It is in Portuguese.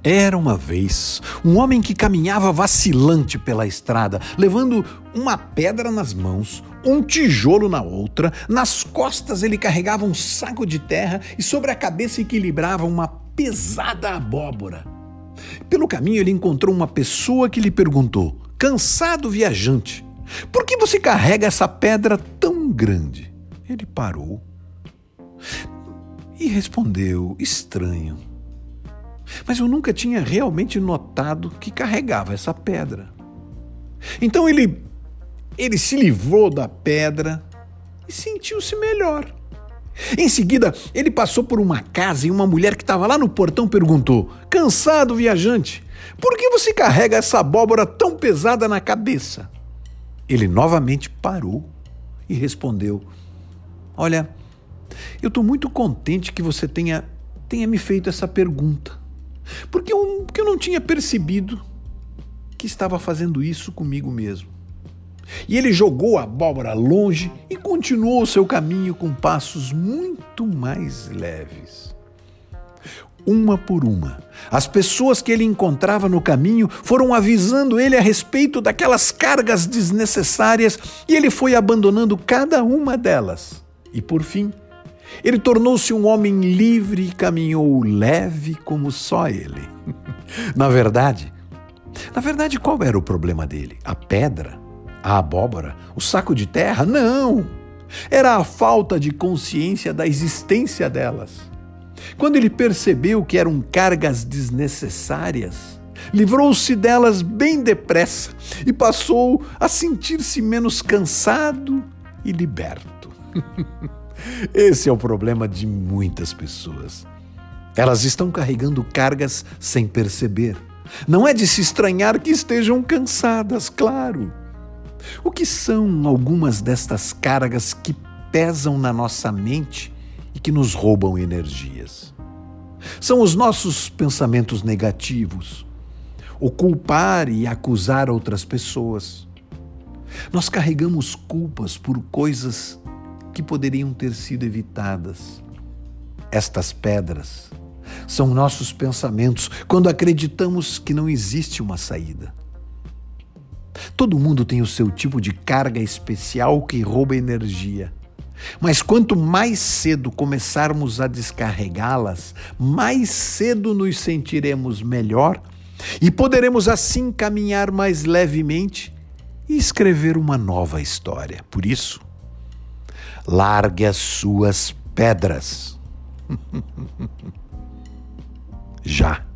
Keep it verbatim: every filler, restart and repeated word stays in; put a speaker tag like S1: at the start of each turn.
S1: Era uma vez um homem que caminhava vacilante pela estrada, levando uma pedra nas mãos, um tijolo na outra, nas costas ele carregava um saco de terra e sobre a cabeça equilibrava uma pesada abóbora. Pelo caminho ele encontrou uma pessoa que lhe perguntou: "Cansado viajante, por que você carrega essa pedra tão grande?" Ele parou e respondeu: "Estranho, mas eu nunca tinha realmente notado que carregava essa pedra." Então ele, ele se livrou da pedra e sentiu-se melhor. Em seguida, ele passou por uma casa e uma mulher que estava lá no portão perguntou: "Cansado viajante, por que você carrega essa abóbora tão pesada na cabeça?" Ele novamente parou e respondeu: "Olha, eu estou muito contente que você tenha, tenha me feito essa pergunta, porque eu, porque eu não tinha percebido que estava fazendo isso comigo mesmo." E ele jogou a abóbora longe e continuou o seu caminho com passos muito mais leves. Uma por uma, as pessoas que ele encontrava no caminho foram avisando ele a respeito daquelas cargas desnecessárias e ele foi abandonando cada uma delas. E por fim, ele tornou-se um homem livre e caminhou leve como só ele. Na verdade, na verdade, qual era o problema dele? A pedra? A abóbora? O saco de terra? Não! Era a falta de consciência da existência delas. Quando ele percebeu que eram cargas desnecessárias, livrou-se delas bem depressa e passou a sentir-se menos cansado e liberto. Esse é o problema de muitas pessoas. Elas estão carregando cargas sem perceber. Não é de se estranhar que estejam cansadas, claro. O que são algumas destas cargas que pesam na nossa mente e que nos roubam energias? São os nossos pensamentos negativos, o culpar e acusar outras pessoas. Nós carregamos culpas por coisas que poderiam ter sido evitadas. Estas pedras são nossos pensamentos quando acreditamos que não existe uma saída. Todo mundo tem o seu tipo de carga especial que rouba energia. Mas quanto mais cedo começarmos a descarregá-las, mais cedo nos sentiremos melhor e poderemos assim caminhar mais levemente e escrever uma nova história. Por isso, largue as suas pedras. Já.